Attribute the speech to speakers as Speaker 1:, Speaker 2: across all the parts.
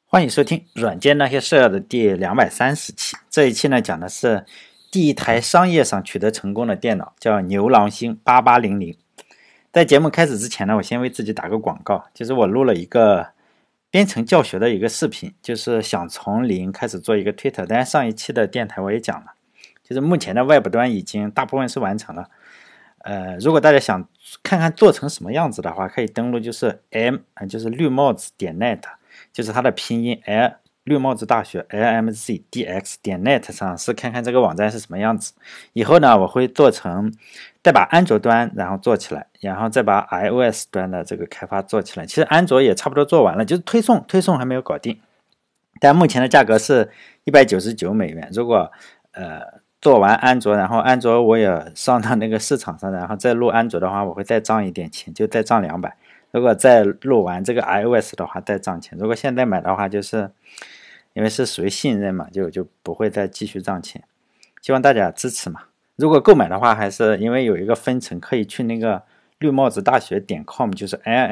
Speaker 1: 欢迎收听软件那些事儿的第230期。这一期呢，讲的是第一台商业上取得成功的电脑，叫牛郎星8800。在节目开始之前呢，我先为自己打个广告，就是我录了一个编程教学的一个视频，就是想从零开始做一个 Twitter。当然上一期的电台我也讲了，就是目前的 Web 端已经大部分是完成了。如果大家想看看做成什么样子的话，可以登录就是就是绿帽子.net， 就是它的拼音 绿帽子大学 lmzdx.net 上是看看这个网站是什么样子。以后呢，我会做成再把安卓端然后做起来，然后再把 iOS 端的这个开发做起来。其实安卓也差不多做完了，就是推送还没有搞定，但目前的价格是$199。如果做完安卓，然后安卓我也上到那个市场上，然后再录安卓的话，我会再涨一点钱，就再涨200。如果再录完这个 iOS 的话，再涨钱。如果现在买的话，就是因为是属于信任嘛，就不会再继续涨钱。希望大家支持嘛。如果购买的话，还是因为有一个分成，可以去那个绿帽子大学.com， 就是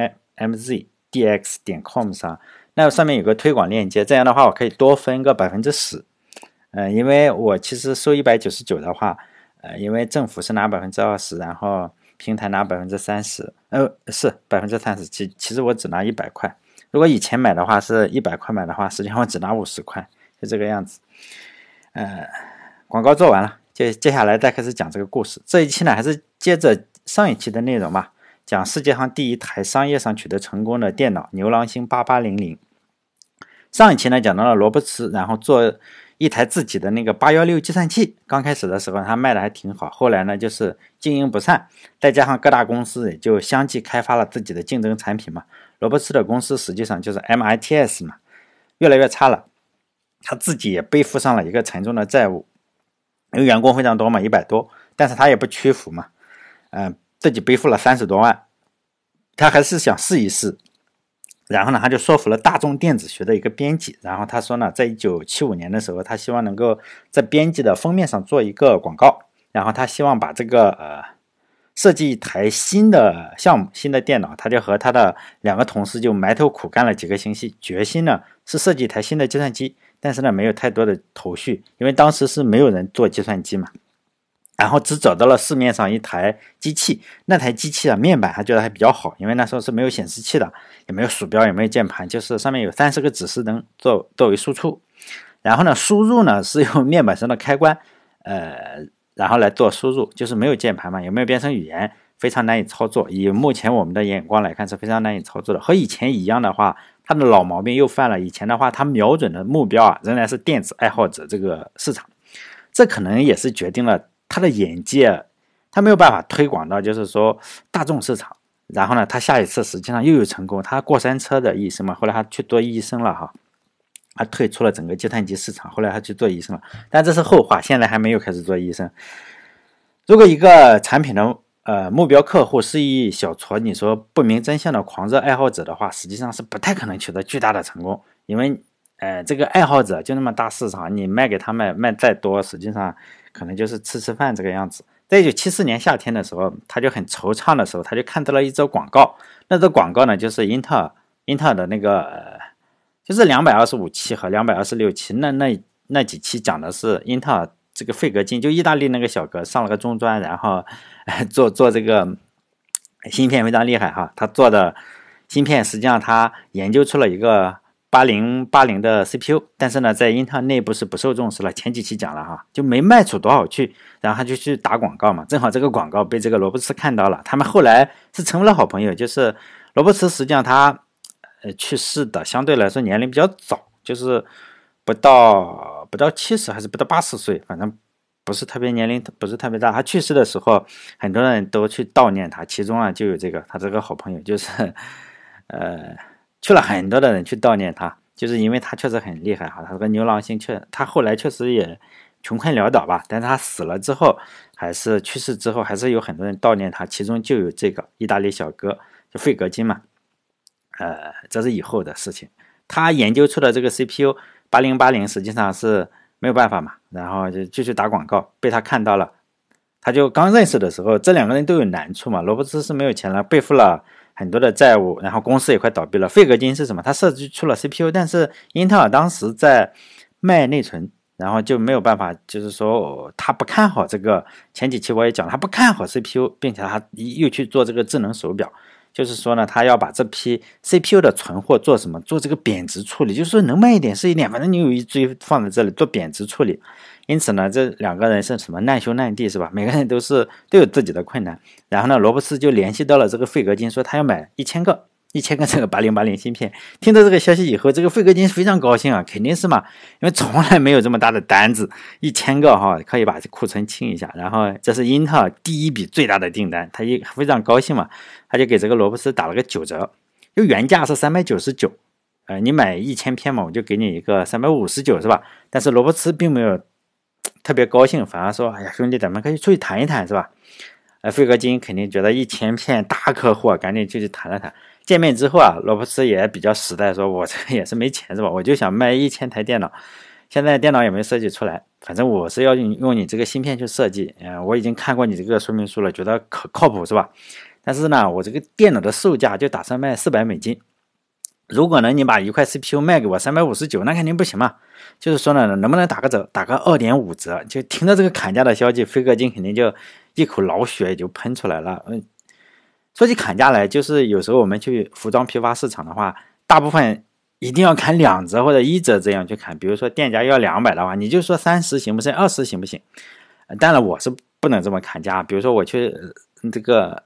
Speaker 1: lmzdx.com 上，那上面有个推广链接，这样的话我可以多分个10%。因为我其实收199的话，因为政府是拿20%，然后平台拿30%，是30%，其实我只拿100块。如果以前买的话是100块买的话，实际上我只拿50块，就这个样子。广告做完了，接下来再开始讲这个故事。这一期呢，还是接着上一期的内容吧，讲世界上第一台商业上取得成功的电脑牛郎星8800。上一期呢讲到了罗伯茨，然后做一台自己的那个816计算器，刚开始的时候他卖的还挺好，后来呢就是经营不善，再加上各大公司也就相继开发了自己的竞争产品嘛。罗伯茨的公司实际上就是 MITS 嘛，越来越差了，他自己也背负上了一个沉重的债务，因为员工非常多嘛，100多，但是他也不屈服嘛，自己背负了30多万，他还是想试一试。然后呢，他就说服了大众电子学的一个编辑，然后他说呢，在1975年的时候，他希望能够在编辑的封面上做一个广告，然后他希望把这个设计一台新的项目、新的电脑，他就和他的2个同事就埋头苦干了几个星期，决心呢是设计一台新的计算机，但是呢没有太多的头绪，因为当时是没有人做计算机嘛。然后只找到了市面上一台机器，那台机器的面板他觉得还比较好，因为那时候是没有显示器的，也没有鼠标，也没有键盘，就是上面有30个指示灯作为输出，然后呢输入呢是用面板上的开关然后来做输入，就是没有键盘嘛，也没有编程语言，非常难以操作。以目前我们的眼光来看是非常难以操作的。和以前一样的话，他的老毛病又犯了。以前的话他瞄准的目标仍然是电子爱好者这个市场，这可能也是决定了他的眼界，他没有办法推广到就是说大众市场。然后呢，他下一次实际上又有成功，他过山车的医生嘛，后来他去做医生了哈，他退出了整个计算机市场，后来他去做医生了，但这是后话，现在还没有开始做医生。如果一个产品的目标客户是一小撮你说不明真相的狂热爱好者的话，实际上是不太可能取得巨大的成功，因为这个爱好者就那么大市场，你卖给他们卖再多，实际上可能就是吃饭这个样子。在1974年夏天的时候，他就很惆怅的时候，他就看到了一则广告。那则广告呢，就是英特尔的那个就是225期和226期，那几期讲的是英特尔这个费格金，就意大利那个小哥上了个中专，然后做这个芯片非常厉害哈。他做的芯片实际上他研究出了一个8080的 CPU， 但是呢在英特尔内部是不受重视了，前几期讲了哈，就没卖出多少去，然后他就去打广告嘛，正好这个广告被这个罗伯茨看到了，他们后来是成为了好朋友。就是罗伯茨实际上他去世的相对来说年龄比较早，就是不到70还是不到80岁，反正不是特别年龄不是特别大。他去世的时候很多人都去悼念他，其中就有他这个好朋友，就是去了很多的人去悼念他，就是因为他确实很厉害哈。他这个牛郎星他后来确实也穷困潦倒吧，但是他死了之后，还是去世之后，还是有很多人悼念他，其中就有这个意大利小哥，就费格金嘛。这是以后的事情。他研究出的这个 CPU 8080实际上是没有办法嘛，然后就去打广告，被他看到了。他就刚认识的时候，这2个人都有难处嘛。罗伯茨是没有钱了，背负了很多的债务，然后公司也快倒闭了。费格金是什么？他设计出了 CPU， 但是英特尔当时在卖内存，然后就没有办法，就是说他不看好这个。前几期我也讲，他不看好 CPU， 并且他又去做这个智能手表。就是说呢，他要把这批 CPU 的存货做什么？做这个贬值处理，就是说能卖一点是一点，反正你有一堆放在这里做贬值处理。因此呢，这两个人是什么难兄难弟是吧？每个人都有自己的困难。然后呢，罗伯斯就联系到了这个费格金，说他要买1000个这个8080芯片。听到这个消息以后，这个费格金非常高兴啊，肯定是嘛，因为从来没有这么大的单子，1000个哈，可以把库存清一下。然后这是英特尔第一笔最大的订单，他也非常高兴嘛，他就给这个罗伯斯打了个9折，就原价是399，你买1000片嘛，我就给你一个359是吧？但是罗伯斯并没有特别高兴，反而说，哎呀兄弟，咱们可以出去谈一谈是吧？费格金肯定觉得1000片大客户，赶紧就去谈了谈。见面之后啊，罗伯斯也比较实在，说我这个也是没钱是吧？我就想卖1000台电脑，现在电脑也没设计出来，反正我是要用你这个芯片去设计。我已经看过你这个说明书了，觉得靠谱是吧？但是呢，我这个电脑的售价就打算卖$400。如果呢，你把一块 CPU 卖给我359，那肯定不行嘛。就是说呢，能不能打个折，打个2.5折？就听到这个砍价的消息，费格金肯定就一口老血就喷出来了。说起砍价来，就是有时候我们去服装批发市场的话，大部分一定要砍2折或者1折这样去砍。比如说店家要200的话，你就说30行不行，20行不行？当然我是不能这么砍价。比如说我去这个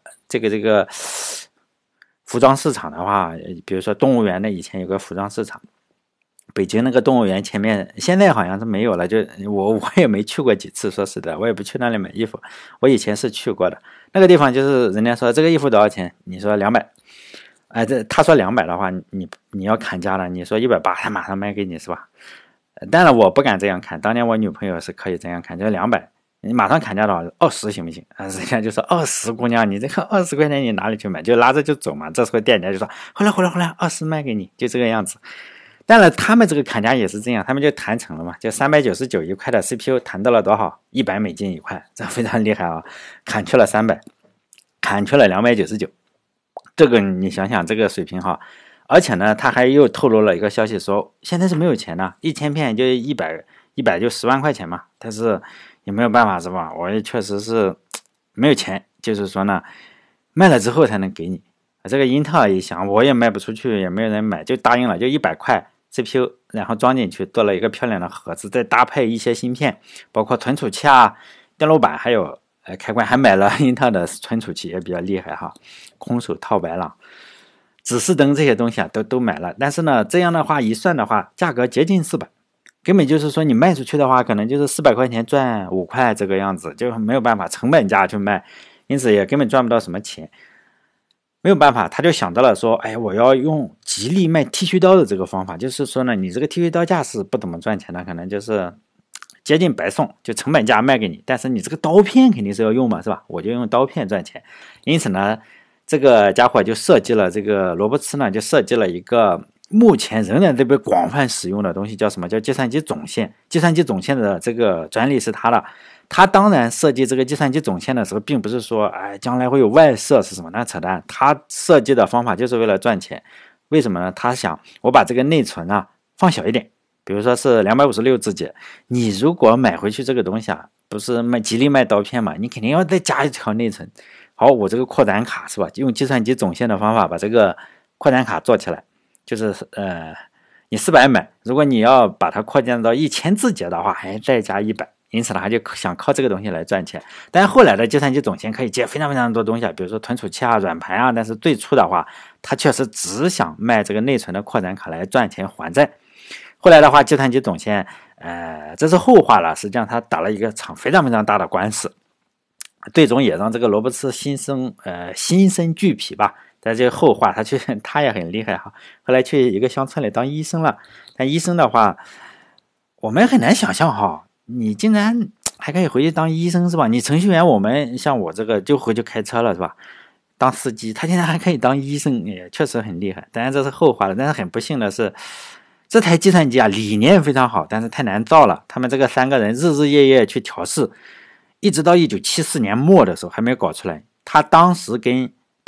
Speaker 1: 服装市场的话，比如说动物园的以前有个服装市场，北京那个动物园前面现在好像是没有了，就我也没去过几次，说实在我也不去那里买衣服。我以前是去过的，那个地方就是人家说这个衣服多少钱，你说200，他说200的话，你要砍价了，你说180，他马上卖给你是吧？当然我不敢这样砍，当年我女朋友是可以这样砍，就200。你马上砍价的话，20行不行？人家就说20，姑娘，你这个20块钱你哪里去买？就拿着就走嘛。这时候店家就说，回来，20卖给你，就这个样子。当然他们这个砍价也是这样，他们就谈成了嘛，就399一块的 CPU 谈到了多少？$100一块，这非常厉害啊！砍去了300，砍去了299，这个你想想这个水平哈。而且呢，他还又透露了一个消息说，现在是没有钱的，1000片就100就10万块钱嘛，但是也没有办法是吧？我也确实是没有钱，就是说呢，卖了之后才能给你。这个英特尔一想，我也卖不出去，也没有人买，就答应了，就100块 CPU， 然后装进去，做了一个漂亮的盒子，再搭配一些芯片，包括存储器啊、电路板，还有开关，还买了英特尔的存储器，也比较厉害哈，空手套白狼。指示灯这些东西啊，都买了。但是呢，这样的话一算的话，价格接近400。根本就是说你卖出去的话，可能就是400块钱赚5块这个样子，就没有办法成本价去卖，因此也根本赚不到什么钱。没有办法，他就想到了说，哎，我要用吉利卖剃须刀的这个方法，就是说呢，你这个剃须刀架是不怎么赚钱的，可能就是接近白送，就成本价卖给你，但是你这个刀片肯定是要用嘛，是吧？我就用刀片赚钱。因此呢，这个家伙就设计了，这个罗伯茨呢就设计了一个目前仍然在被广泛使用的东西，叫什么？叫计算机总线。计算机总线的这个专利是他的。他当然设计这个计算机总线的时候，并不是说，哎，将来会有外设是什么？那扯淡。他设计的方法就是为了赚钱。为什么呢？他想，我把这个内存啊放小一点，比如说是256G。你如果买回去这个东西啊，不是吉利卖刀片嘛，你肯定要再加一条内存。好，我这个扩展卡是吧？用计算机总线的方法把这个扩展卡做起来，就是你400买，如果你要把它扩展到1000G的话，还再加100。因此呢，他就想靠这个东西来赚钱。但是后来的计算机总线可以接非常非常多东西，比如说存储器啊、软盘啊。但是最初的话，他确实只想卖这个内存的扩展卡来赚钱还债。后来的话，计算机总线，这是后话了。实际上，他打了一个场非常非常大的官司，最终也让这个罗伯茨心生惧疲吧。在这个后话，他也很厉害哈。后来去一个乡村里当医生了。但医生的话，我们很难想象哈。你竟然还可以回去当医生是吧？你程序员，我们像我这个就回去开车了是吧？当司机，他现在还可以当医生，也确实很厉害。当然这是后话了，但是很不幸的是，这台计算机啊理念非常好，但是太难造了。他们这个3个人日日夜夜去调试，一直到1974年末的时候还没有搞出来。他当时跟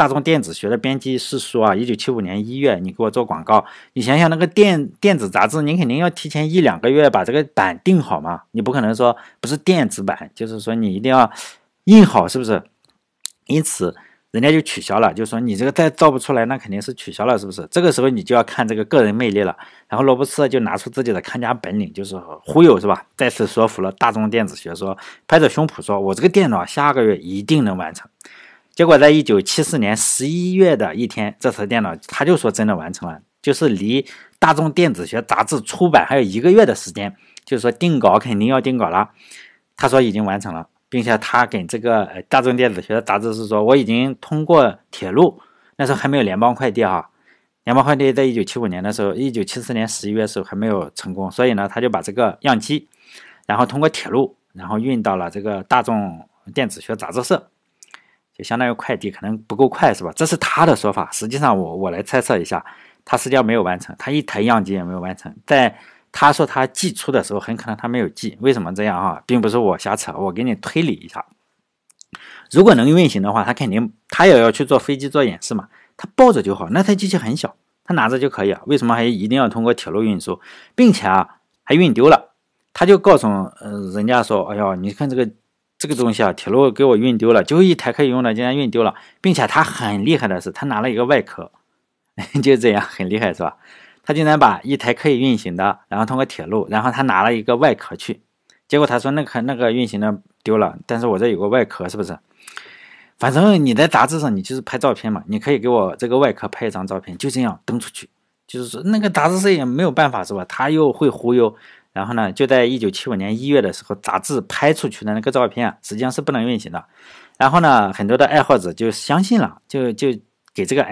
Speaker 1: 大众电子学的编辑室说啊，1975年1月你给我做广告，你想想那个电子杂志，你肯定要提前1-2个月把这个版定好嘛，你不可能说不是电子版，就是说你一定要印好，是不是？因此人家就取消了，就说你这个再造不出来，那肯定是取消了，是不是？这个时候你就要看这个个人魅力了。然后罗伯斯就拿出自己的看家本领，就是忽悠，是吧？再次说服了大众电子学，说拍着胸脯说，我这个电脑下个月一定能完成。结果在1974年11月的一天，这台电脑他就说真的完成了，就是离大众电子学杂志出版还有1个月的时间，就是说定稿肯定要定稿了。他说已经完成了。并且他给这个大众电子学的杂志是说，我已经通过铁路，那时候还没有联邦快递啊，联邦快递在1975年的时候，1974年11月的时候还没有成功，所以呢，他就把这个样机，然后通过铁路，然后运到了这个大众电子学杂志社，就相当于快递，可能不够快是吧？这是他的说法，实际上我来猜测一下，他实际上没有完成，他一台样机也没有完成，在他说他寄出的时候，很可能他没有寄。为什么这样啊？并不是我瞎扯，我给你推理一下。如果能运行的话，他也要去坐飞机做演示嘛，他抱着就好，那台机器很小，他拿着就可以啊。为什么还一定要通过铁路运输，并且啊还运丢了？他就告诉人家说，哎呦，你看这个东西啊，铁路给我运丢了，就一台可以用的，竟然运丢了，并且他很厉害的是，他拿了一个外壳，就这样很厉害是吧？他竟然把一台可以运行的，然后通过铁路，然后他拿了一个外壳去，结果他说那个运行的丢了，但是我这有个外壳，是不是？反正你在杂志上你就是拍照片嘛，你可以给我这个外壳拍一张照片，就这样登出去，就是说那个杂志社也没有办法是吧？他又会忽悠，然后呢，就在1975年1月的时候，杂志拍出去的那个照片实际上是不能运行的，然后呢，很多的爱好者就相信了，就给这个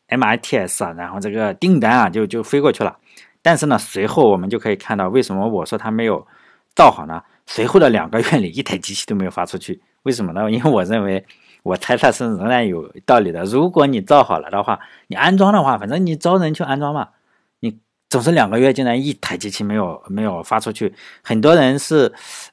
Speaker 1: MITS 啊，然后这个订单啊就飞过去了。但是呢，随后我们就可以看到，为什么我说它没有造好呢？随后的2个月里，一台机器都没有发出去。为什么呢？因为我认为，我猜测是仍然有道理的。如果你造好了的话，你安装的话，反正你招人去安装嘛，你总是2个月竟然一台机器没有发出去。很多人是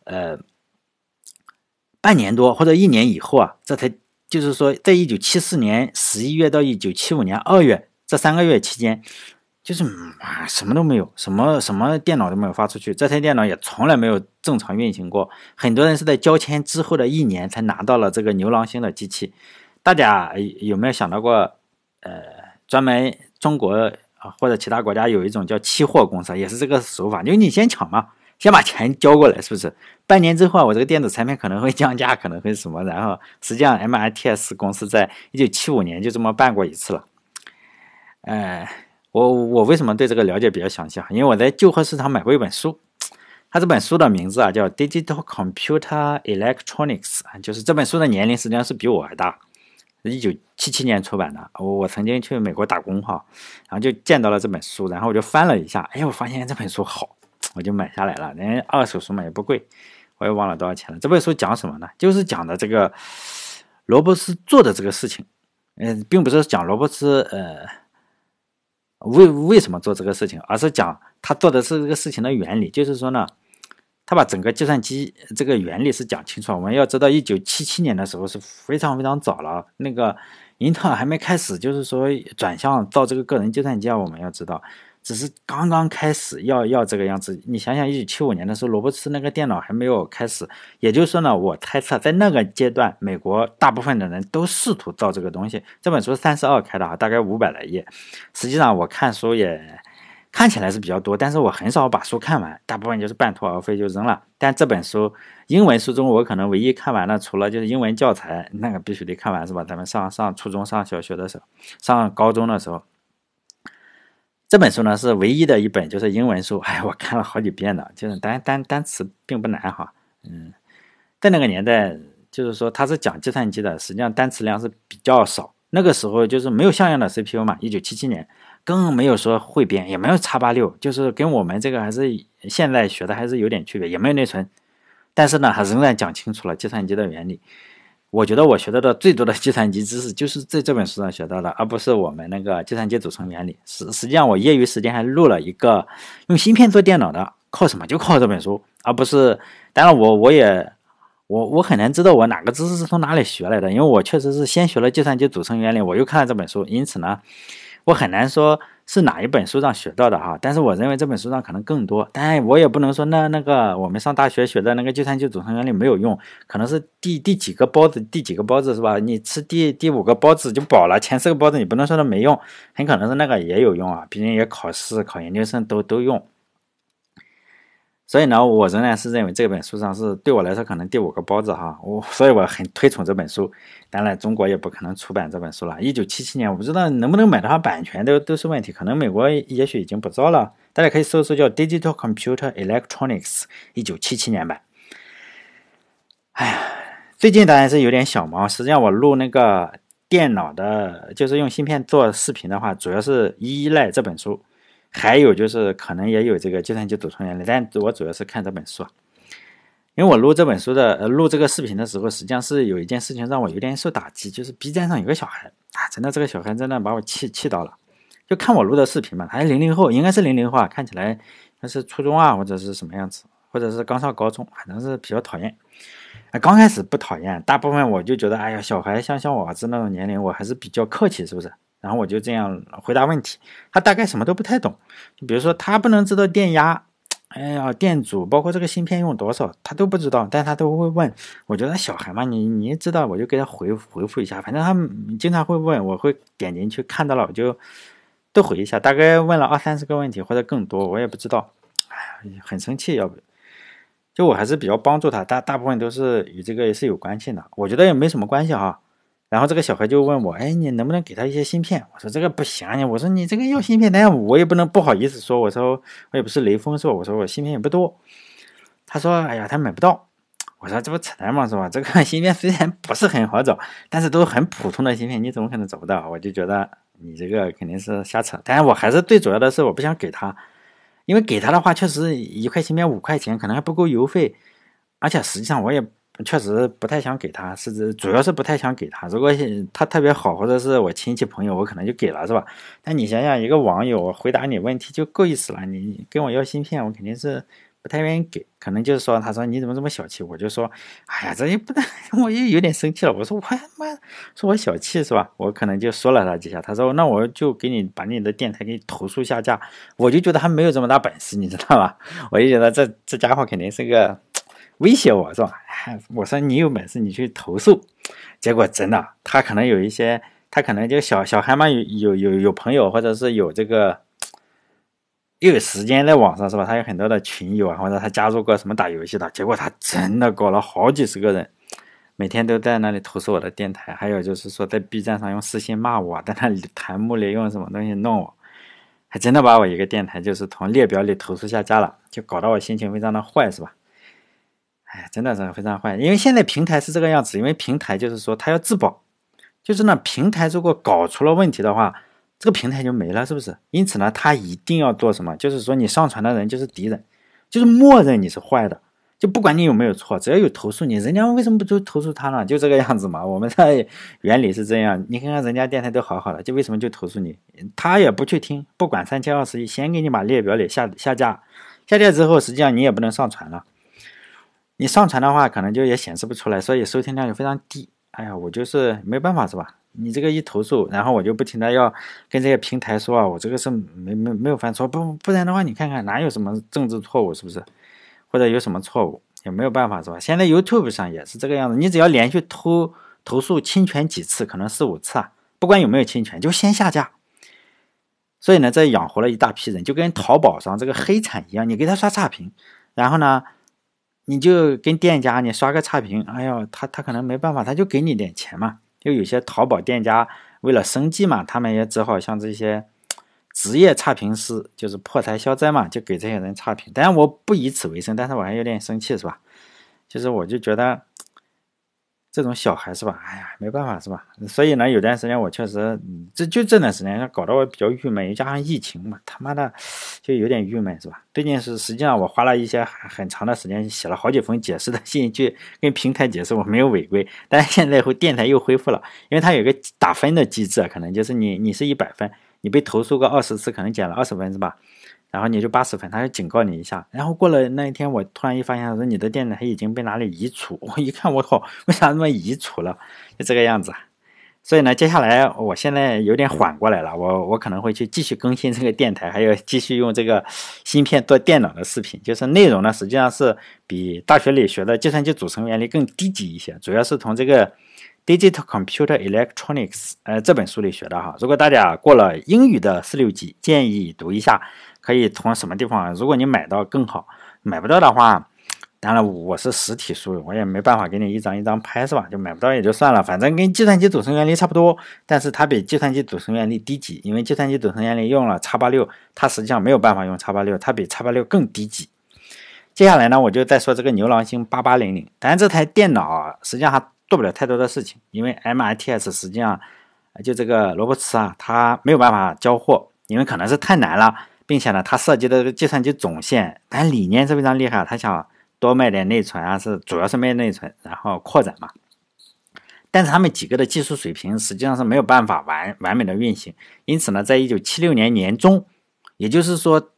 Speaker 1: 半年多或者1年以后啊，这台就是说，在1974年11月到1975年2月这3个月期间，就是什么都没有，什么电脑都没有发出去，这台电脑也从来没有正常运行过。很多人是在交签之后的1年才拿到了这个牛郎星的机器。大家有没有想到过，专门中国或者其他国家有一种叫期货公司，也是这个手法，就是你先抢嘛，先把钱交过来，是不是？半年之后我这个电子产品可能会降价，可能会什么，然后实际上 MITS 公司在1975年就这么办过一次了。我为什么对这个了解比较详细啊？因为我在旧货市场买过一本书，它这本书的名字啊叫 Digital Computer Electronics， 就是这本书的年龄实际上是比我还大，1977年出版的。我曾经去美国打工哈，然后就见到了这本书，然后我就翻了一下，我发现这本书好，我就买下来了。人家二手书嘛也不贵，我也忘了多少钱了。这本书讲什么呢？就是讲的这个罗伯斯做的这个事情，并不是讲罗伯斯为什么做这个事情，而是讲他做的是这个事情的原理。就是说呢，他把整个计算机这个原理是讲清楚。我们要知道1977年的时候是非常非常早了，那个英特尔还没开始就是说转向造这个个人计算机啊，我们要知道只是刚刚开始要这个样子。你想想1975年的时候，罗伯茨那个电脑还没有开始，也就是说呢，我猜测在那个阶段，美国大部分的人都试图造这个东西。这本书32开的大概500来页，实际上我看书也看起来是比较多，但是我很少把书看完，大部分就是半途而废就扔了。但这本书英文书中我可能唯一看完了，除了就是英文教材那个必须得看完是吧？咱们上初中上小学的时候，上高中的时候，这本书呢是唯一的一本就是英文书，我看了好几遍的，就是单词并不难哈。在那个年代，就是说它是讲计算机的，实际上单词量是比较少。那个时候就是没有像样的 CPU 嘛，1977年更没有说汇编，也没有 X86，就是跟我们这个还是现在学的还是有点区别，也没有内存。但是呢，还仍然讲清楚了计算机的原理。我觉得我学到的最多的计算机知识就是在这本书上学到的，而不是我们那个计算机组成原理。实际上我业余时间还录了一个用芯片做电脑的，靠什么？就靠这本书，而不是，当然我也我很难知道我哪个知识是从哪里学来的，因为我确实是先学了计算机组成原理，我又看了这本书，因此呢，我很难说是哪一本书上学到的哈。但是我认为这本书上可能更多，但我也不能说那个我们上大学学的那个计算机组成原理没有用，可能是第几个包子是吧？你吃第5个包子就饱了，前4个包子你不能说它没用，很可能是那个也有用啊，毕竟也考试考研究生都用。所以呢，我仍然是认为这本书上是对我来说可能第5个包子哈，所以我很推崇这本书。当然，中国也不可能出版这本书了。1977年，我不知道能不能买到它版权都是问题，可能美国也许已经不招了。大家可以搜索叫 Digital Computer Electronics 1977年版。哎呀，最近当然是有点小忙，实际上我录那个电脑的，就是用芯片做视频的话，主要是依赖这本书。还有就是可能也有这个计算机组成原理，但我主要是看这本书，因为我录这本书的录这个视频的时候，实际上是有一件事情让我有点受打击，就是 B 站上有个小孩啊，真的这个小孩真的把我气到了，就看我录的视频嘛，他是00后，应该是00后啊，看起来他是初中啊或者是什么样子，或者是刚上高中，反正是比较讨厌。刚开始不讨厌，大部分我就觉得，哎呀，小孩像我儿子那种年龄，我还是比较客气，是不是？然后我就这样回答问题，他大概什么都不太懂。比如说，他不能知道电压，哎呀，电阻，包括这个芯片用多少，他都不知道，但他都会问。我觉得小孩嘛，你知道，我就给他回复一下。反正他经常会问，我会点进去看到了，我就都回一下。大概问了20-30个问题或者更多，我也不知道。哎呀，很生气，要不就我还是比较帮助他，大部分都是与这个也是有关系的。我觉得也没什么关系哈。然后这个小孩就问我，哎，你能不能给他一些芯片？我说这个不行啊，我说你这个要芯片，但我也不能不好意思说，我说我也不是雷锋说，我说我芯片也不多。他说，哎呀，他买不到。我说这不扯淡吗？是吧？这个芯片虽然不是很好找，但是都很普通的芯片，你怎么可能找不到？我就觉得你这个肯定是瞎扯。但是我还是最主要的是我不想给他，因为给他的话，确实1块芯片5块钱，可能还不够邮费，而且实际上我也确实不太想给他，主要是不太想给他。如果他特别好，或者是我亲戚朋友，我可能就给了，是吧？但你想想，一个网友回答你问题就够意思了，你跟我要芯片，我肯定是不太愿意给。可能就是说，他说你怎么这么小气？我就说，哎呀，这也不能，我也有点生气了。我说我他妈说我小气是吧？我可能就说了他几下。他说那我就给你把你的电台给投诉下架。我就觉得他没有这么大本事，你知道吧？我就觉得这家伙肯定是个威胁我是吧？我说你有本事你去投诉，结果真的他可能有一些，他可能就小孩嘛，有朋友或者是有这个又有时间在网上是吧？他有很多的群友啊，或者他加入过什么打游戏的，结果他真的搞了好几十个人，每天都在那里投诉我的电台，还有就是说在 B 站上用私信骂我，在那里弹幕里用什么东西弄我，还真的把我一个电台就是从列表里投诉下架了，就搞得我心情非常的坏是吧？哎，真的是非常坏，因为现在平台是这个样子，因为平台就是说它要自保，就是呢平台如果搞出了问题的话，这个平台就没了，是不是？因此呢，它一定要做什么？就是说你上传的人就是敌人，就是默认你是坏的，就不管你有没有错，只要有投诉你，人家为什么不就投诉他呢？就这个样子嘛。我们的原理是这样，你看看人家电台都好好的，就为什么就投诉你？他也不去听，不管3021，先给你把列表里下架，下架之后，实际上你也不能上传了。你上传的话，可能就也显示不出来，所以收听量就非常低。哎呀，我就是没办法，是吧？你这个一投诉，然后我就不停的要跟这些平台说啊，我这个是没有犯错，不然的话，你看看哪有什么政治错误，是不是？或者有什么错误，也没有办法，是吧？现在 YouTube 上也是这个样子，你只要连续投诉侵权几次，可能4-5次啊，不管有没有侵权，就先下架。所以呢，这养活了一大批人，就跟淘宝上这个黑产一样，你给他刷差评，然后呢，你就跟店家你刷个差评，哎呦，他可能没办法，他就给你点钱嘛。就有些淘宝店家为了生计嘛，他们也只好像这些职业差评师，就是破财消灾嘛，就给这些人差评。当然我不以此为生，但是我还有点生气，是吧？就是我就觉得这种小孩是吧？哎呀，没办法是吧？所以呢，有段时间我确实，这段时间搞得我比较郁闷，又加上疫情嘛，他妈的就有点郁闷是吧？最近实际上我花了一些很长的时间，写了好几封解释的信去跟平台解释我没有违规，但是现在电台又恢复了，因为它有一个打分的机制，可能就是你是100分，你被投诉个20次，可能减了20分是吧？ 然后你就80分，他就警告你一下。然后过了那一天，我突然一发现说你的电台已经被哪里移除，我一看我靠，为啥那么移除了？就这个样子。所以呢，接下来我现在有点缓过来了，我可能会去继续更新这个电台，还有继续用这个芯片做电脑的视频。就是内容呢，实际上是比大学里学的计算机组成原理更低级一些，主要是从这个 Digital Computer Electronics 这本书里学的哈。如果大家过了英语的4、6级，建议读一下，可以从什么地方？如果你买到更好，买不到的话。当然我是实体书，我也没办法给你一张一张拍，是吧？就买不到也就算了，反正跟计算机组成原理差不多，但是它比计算机组成原理低级，因为计算机组成原理用了 x86， 它实际上没有办法用 x86， 它比 x86 更低级。接下来呢，我就再说这个牛郎星8800，当然这台电脑实际上还做不了太多的事情，因为 MITS 实际上就这个罗伯茨啊，它没有办法交货，因为可能是太难了，并且呢，它设计的这个计算机总线，但理念是非常厉害，它想多卖点内存啊，主要是卖内存，然后扩展嘛。但是他们几个的技术水平实际上是没有办法完美的运行，因此呢，在1976年年中，也就是说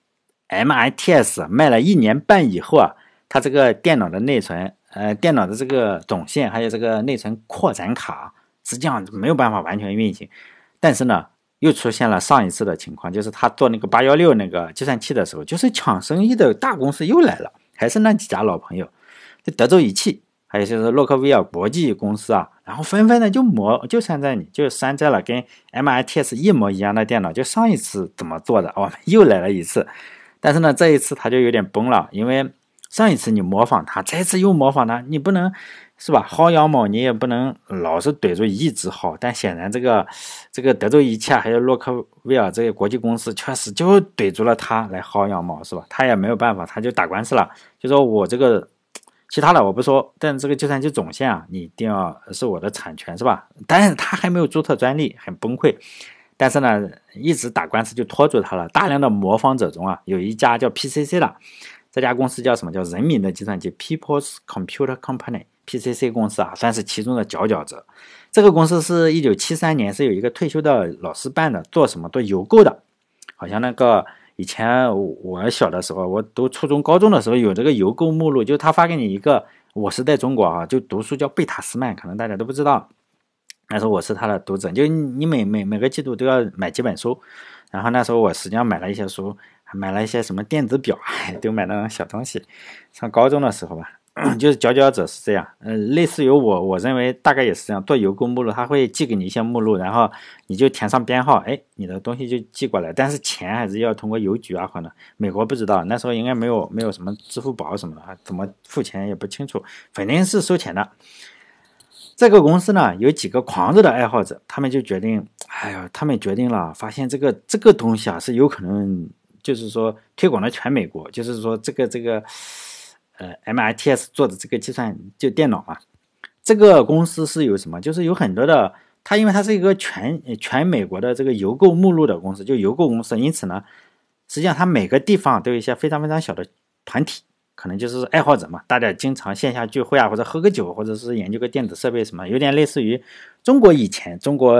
Speaker 1: MITS 卖了1年半以后啊，它这个电脑的内存，电脑的这个总线还有这个内存扩展卡，实际上没有办法完全运行。但是呢，又出现了上一次的情况，就是他做那个816那个计算器的时候，就是抢生意的大公司又来了。还是那几家老朋友，就德州仪器，还有就是洛克威尔国际公司啊，然后纷纷的就山寨你，就山寨了跟 MITS 一模一样的电脑，就上一次怎么做的，我们又来了一次。但是呢，这一次他就有点崩了，因为上一次你模仿他，这次又模仿他，你不能是吧？薅羊毛你也不能老是怼着一直薅，但显然这个德州仪器啊，还有洛克威尔这个国际公司确实就怼住了他来薅羊毛，是吧？他也没有办法，他就打官司了，就说我这个其他的我不说，但这个计算机总线啊，你一定要是我的产权，是吧？但是他还没有注册专利，很崩溃。但是呢，一直打官司就拖住他了。大量的模仿者中啊，有一家叫 PCC 的，这家公司叫什么？叫人民的计算机 People's Computer Company。PCC 公司啊，算是其中的佼佼者。这个公司是1973年是有一个退休的老师办的，做什么？做邮购的。好像那个以前我小的时候，我读初中、高中的时候有这个邮购目录，就是他发给你一个，我是在中国啊，就读书叫贝塔斯曼，可能大家都不知道。那时候我是他的读者，就你每个季度都要买几本书。然后那时候我实际上买了一些书，还买了一些什么电子表，都买那种小东西。上高中的时候吧。就是佼佼者是这样，类似于我认为大概也是这样，做邮购目录，他会寄给你一些目录，然后你就填上编号，哎，你的东西就寄过来，但是钱还是要通过邮局啊，可能美国不知道，那时候应该没有什么支付宝什么的，怎么付钱也不清楚，反正是收钱的。这个公司呢，有几个狂热的爱好者，他们就决定，他们决定了，发现这个东西啊是有可能，就是说推广到全美国，就是说这个。MITS 做的这个计算就电脑嘛，这个公司是有什么？就是有很多的，它因为它是一个全美国的这个邮购目录的公司，就邮购公司，因此呢，实际上它每个地方都有一些非常非常小的团体，可能就是爱好者嘛，大家经常线下聚会啊，或者喝个酒，或者是研究个电子设备什么，有点类似于中国前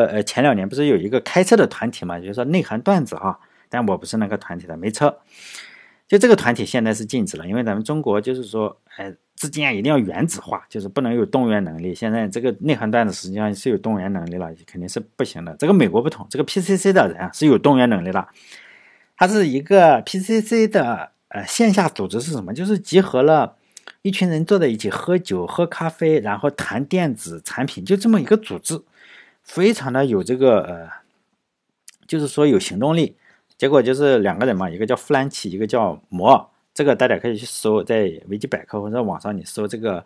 Speaker 1: 2年不是有一个开车的团体嘛，就是说内涵段子哈，但我不是那个团体的，没车。就这个团体现在是禁止了，因为咱们中国就是说，资金啊一定要原子化，就是不能有动员能力。现在这个内涵段子实际上是有动员能力了，肯定是不行的。这个美国不同，这个 PCC 的人啊是有动员能力的。它是一个 PCC 的线下组织是什么？就是集合了一群人坐在一起喝酒、喝咖啡，然后谈电子产品，就这么一个组织，非常的有这个就是说有行动力。结果就是2个人嘛，一个叫弗兰奇，一个叫摩尔，这个大家可以去搜，在维基百科或者网上你搜这个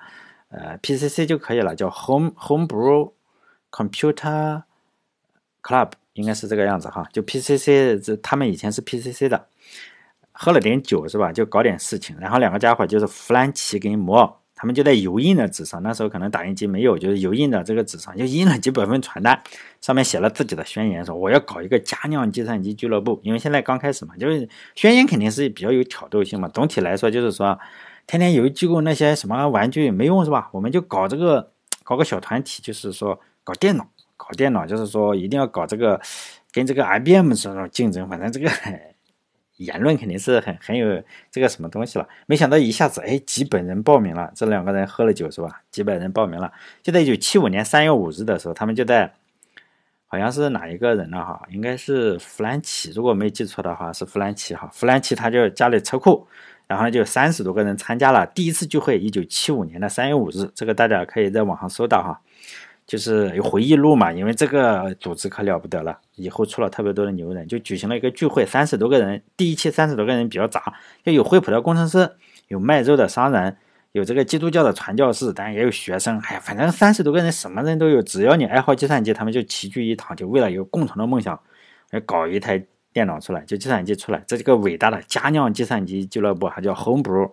Speaker 1: PCC 就可以了，叫 Homebrew Computer Club， 应该是这个样子哈。就 PCC 他们以前是 PCC 的，喝了点酒是吧，就搞点事情，然后2个家伙就是弗兰奇跟摩尔，他们就在油印的纸上，那时候可能打印机没有，就是油印的这个纸上就印了几百份传单，上面写了自己的宣言，说我要搞一个佳酿计算机俱乐部。因为现在刚开始嘛，就是宣言肯定是比较有挑逗性嘛。总体来说就是说，天天邮寄购那些什么玩具没用是吧？我们就搞个小团体，就是说搞电脑，就是说一定要搞这个跟这个 IBM 这种竞争，反正这个言论肯定是很有这个什么东西了。没想到一下子几百人报名了，这2个人喝了酒是吧？几百人报名了。就在1975年3月5日的时候，他们就在好像是哪一个人了哈，应该是弗兰奇，如果没记错的话是弗兰奇哈。弗兰奇他就家里车库，然后就30多个人参加了第一次聚会。1975年的3月5日，这个大家可以在网上搜到哈。就是有回忆录嘛，因为这个组织可了不得了，以后出了特别多的牛人，就举行了一个聚会，30多个人，第一期30多个人比较杂，就有惠普的工程师，有卖肉的商人，有这个基督教的传教士，当然也有学生，反正30多个人什么人都有，只要你爱好计算机，他们就齐聚一堂，就为了有共同的梦想，要搞一台电脑出来，就计算机出来，这个伟大的佳酿计算机俱乐部还叫 Homebrew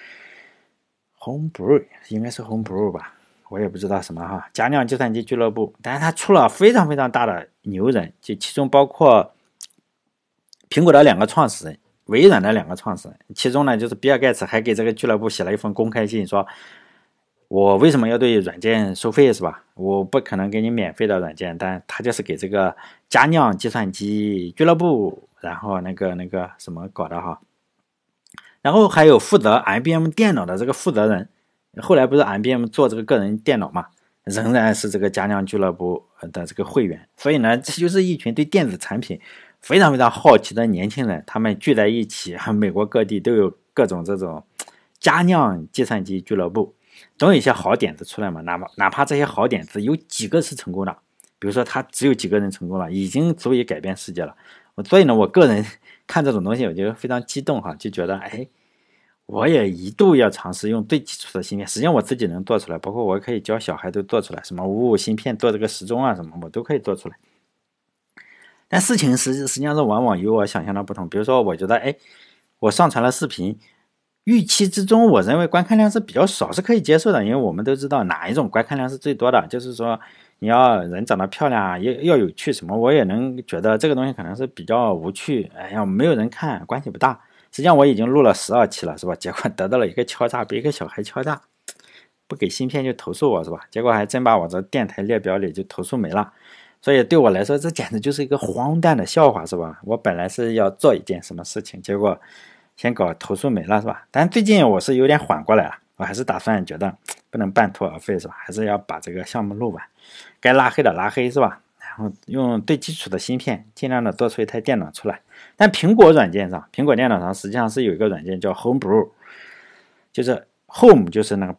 Speaker 1: 应该是 Homebrew 吧，我也不知道什么哈，佳酿计算机俱乐部，但是他出了非常非常大的牛人，就其中包括苹果的2个创始人，微软的2个创始人，其中呢就是比尔盖茨还给这个俱乐部写了一封公开信，说我为什么要对软件收费是吧？我不可能给你免费的软件，但他就是给这个佳酿计算机俱乐部，然后那个什么搞的哈，然后还有负责 IBM 电脑的这个负责人。后来不是 IBM 做这个个人电脑嘛，仍然是这个佳酿俱乐部的这个会员。所以呢，这就是一群对电子产品非常非常好奇的年轻人，他们聚在一起，美国各地都有各种这种佳酿计算机俱乐部，总有一些好点子出来嘛。哪怕这些好点子有几个是成功的，比如说他只有几个人成功了，已经足以改变世界了。所以呢，我个人看这种东西，我就非常激动哈，就觉得我也一度要尝试用最基础的芯片，实际上我自己能做出来，包括我可以教小孩都做出来，什么55芯片做这个时钟啊什么，我都可以做出来。但事情实际上是往往与我想象的不同。比如说，我觉得我上传了视频，预期之中我认为观看量是比较少，是可以接受的，因为我们都知道哪一种观看量是最多的，就是说你要人长得漂亮啊，要有趣什么，我也能觉得这个东西可能是比较无趣，没有人看关系不大。实际上我已经录了12期了是吧？结果得到了一个敲诈，被一个小孩敲诈，不给芯片就投诉我是吧？结果还真把我这电台列表里就投诉没了。所以对我来说这简直就是一个荒诞的笑话是吧？我本来是要做一件什么事情，结果先搞投诉没了是吧？但最近我是有点缓过来了，我还是打算觉得不能半途而废是吧？还是要把这个项目录完，该拉黑的拉黑是吧？然后用最基础的芯片尽量的做出一台电脑出来。但苹果软件上，苹果电脑上实际上是有一个软件叫 Homebrew， 就是 Home 就是那个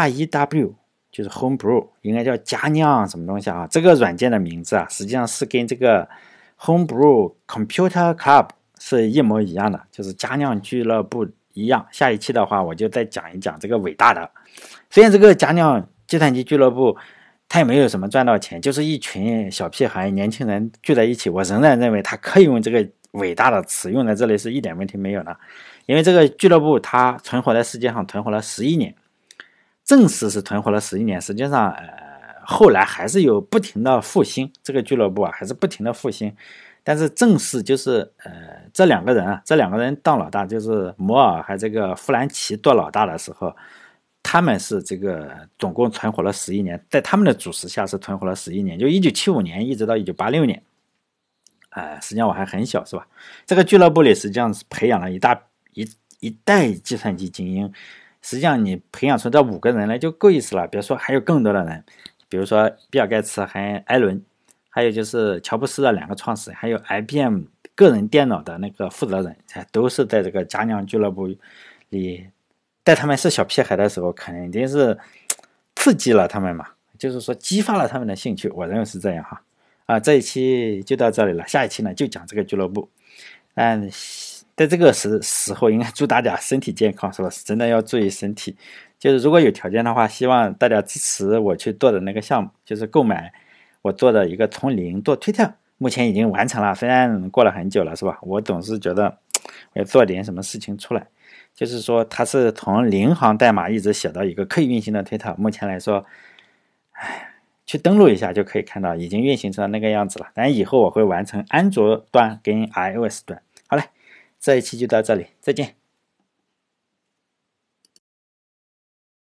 Speaker 1: BREW， 就是 Homebrew， 应该叫佳酿什么东西啊？这个软件的名字啊，实际上是跟这个 Homebrew Computer Club 是一模一样的，就是佳酿俱乐部一样。下一期的话，我就再讲一讲这个伟大的。虽然这个佳酿计算机俱乐部他也没有什么赚到钱，就是一群小屁孩年轻人聚在一起，我仍然认为他可以用这个伟大的词用在这里是一点问题没有的。因为这个俱乐部它存活在世界上存活了11年，正式是存活了11年，实际上后来还是有不停的复兴，这个俱乐部啊还是不停的复兴。但是正式就是这两个人当老大，就是摩尔还这个弗兰奇做老大的时候，他们是这个总共存活了11年，在他们的主持下是存活了11年，就1975年一直到1986年。实际上我还很小是吧？这个俱乐部里实际上是培养了一代计算机精英。实际上你培养出这5个人来就够意思了，别说还有更多的人，比如说比尔盖茨还艾伦，还有就是乔布斯的2个创始人，还有 IBM 个人电脑的那个负责人，都是在这个佳酿俱乐部里。在他们是小屁孩的时候肯定是刺激了他们嘛，就是说激发了他们的兴趣，我认为是这样哈。这一期就到这里了，下一期呢就讲这个俱乐部。在这个时候应该祝大家身体健康是吧？真的要注意身体。就是如果有条件的话，希望大家支持我去做的那个项目，就是购买我做的一个从零做推特，目前已经完成了，虽然过了很久了是吧？我总是觉得我要做点什么事情出来，就是说它是从0行代码一直写到一个可以运行的推特，目前来说去登录一下就可以看到已经运行成那个样子了。但以后我会完成安卓端跟 iOS 端。好嘞，这一期就到这里，再见。